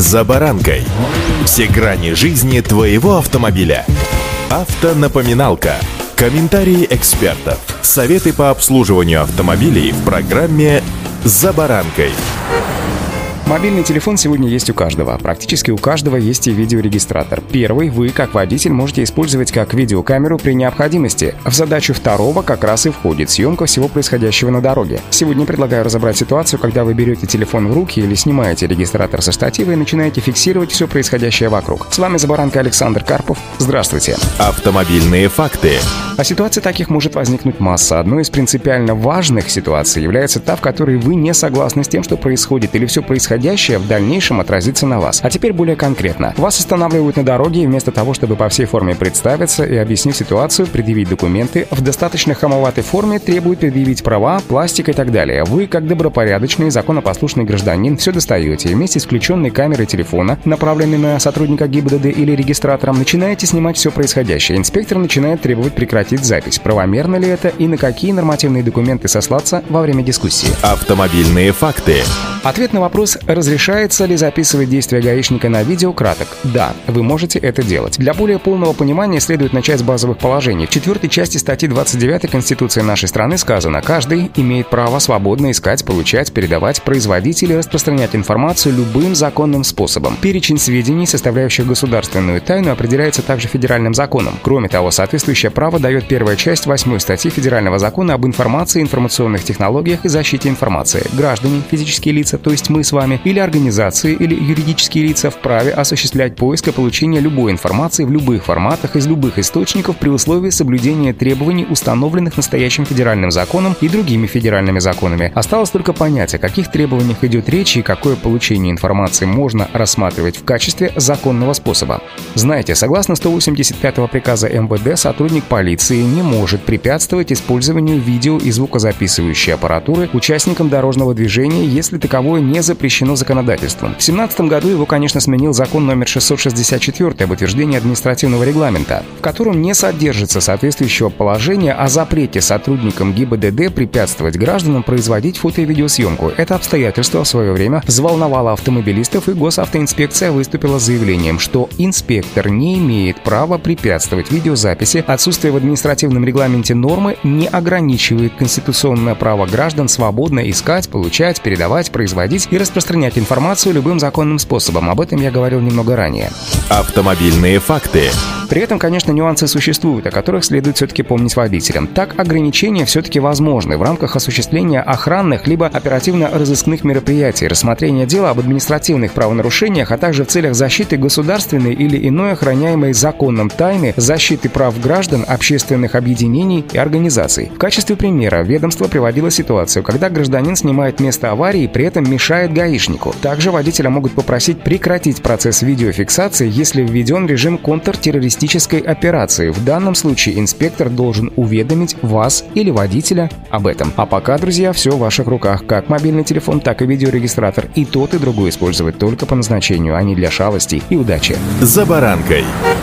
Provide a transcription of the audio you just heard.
«За баранкой». Все грани жизни твоего автомобиля. Автонапоминалка. Комментарии экспертов. Советы по обслуживанию автомобилей в программе «За баранкой». Мобильный телефон сегодня есть у каждого. Практически у каждого есть и видеорегистратор. Первый вы, как водитель, можете использовать как видеокамеру при необходимости. В задачу второго как раз и входит съемка всего происходящего на дороге. Сегодня предлагаю разобрать ситуацию, когда вы берете телефон в руки или снимаете регистратор со штатива и начинаете фиксировать все происходящее вокруг. С вами «За баранкой» Александр Карпов. Здравствуйте. Автомобильные факты. А ситуаций таких может возникнуть масса. Одной из принципиально важных ситуаций является та, в которой вы не согласны с тем, что происходит, или все происходящее в дальнейшем отразится на вас. А теперь более конкретно. Вас останавливают на дороге, и вместо того, чтобы по всей форме представиться и объяснить ситуацию, предъявить документы, в достаточно хамоватой форме требуют предъявить права, пластик и так далее. Вы, как добропорядочный, законопослушный гражданин, все достаете и вместе с включенной камерой телефона, направленной на сотрудника ГИБДД или регистратором, начинаете снимать все происходящее. Инспектор начинает требовать прекратить запись. Правомерно ли это и на какие нормативные документы сослаться во время дискуссии? Автомобильные факты. Ответ на вопрос, разрешается ли записывать действия гаишника на видео, краток. Да, вы можете это делать. Для более полного понимания следует начать с базовых положений. В 4 части статьи 29 Конституции нашей страны сказано: каждый имеет право свободно искать, получать, передавать, производить или распространять информацию любым законным способом. Перечень сведений, составляющих государственную тайну, определяется также федеральным законом. Кроме того, соответствующее право дает первая часть 8 статьи Федерального закона об информации, информационных технологиях и защите информации. Граждане, физические лица, то есть мы с вами, или организации, или юридические лица вправе осуществлять поиск и получение любой информации в любых форматах из любых источников при условии соблюдения требований, установленных настоящим федеральным законом и другими федеральными законами. Осталось только понять, о каких требованиях идет речь и какое получение информации можно рассматривать в качестве законного способа. Знаете, согласно 185-го приказа МВД, сотрудник полиции не может препятствовать использованию видео- и звукозаписывающей аппаратуры участникам дорожного движения, если таковое не запрещено законодательством. В 2017 году его, конечно, сменил закон номер 664 об утверждении административного регламента, в котором не содержится соответствующего положения о запрете сотрудникам ГИБДД препятствовать гражданам производить фото- и видеосъемку. Это обстоятельство в свое время взволновало автомобилистов, и госавтоинспекция выступила с заявлением, что инспектор не имеет права препятствовать видеозаписи. Отсутствие в административном регламенте нормы не ограничивает конституционное право граждан свободно искать, получать, передавать, производить и распространять информацию любым законным способом. Об этом я говорил немного ранее. Автомобильные факты. При этом, конечно, нюансы существуют, о которых следует все-таки помнить водителям. Так, ограничения все-таки возможны в рамках осуществления охранных либо оперативно-розыскных мероприятий, рассмотрения дела об административных правонарушениях, а также в целях защиты государственной или иной охраняемой законом тайны, защиты прав граждан, общественных объединений и организаций. В качестве примера ведомство приводило ситуацию, когда гражданин снимает место аварии и при этом мешает гаишнику. Также водителя могут попросить прекратить процесс видеофиксации, если введен режим контртеррористической операции. В данном случае инспектор должен уведомить вас или водителя об этом. А пока, друзья, все в ваших руках. Как мобильный телефон, так и видеорегистратор. И тот, и другой использовать только по назначению, а не для шалостей и удачи. «За баранкой».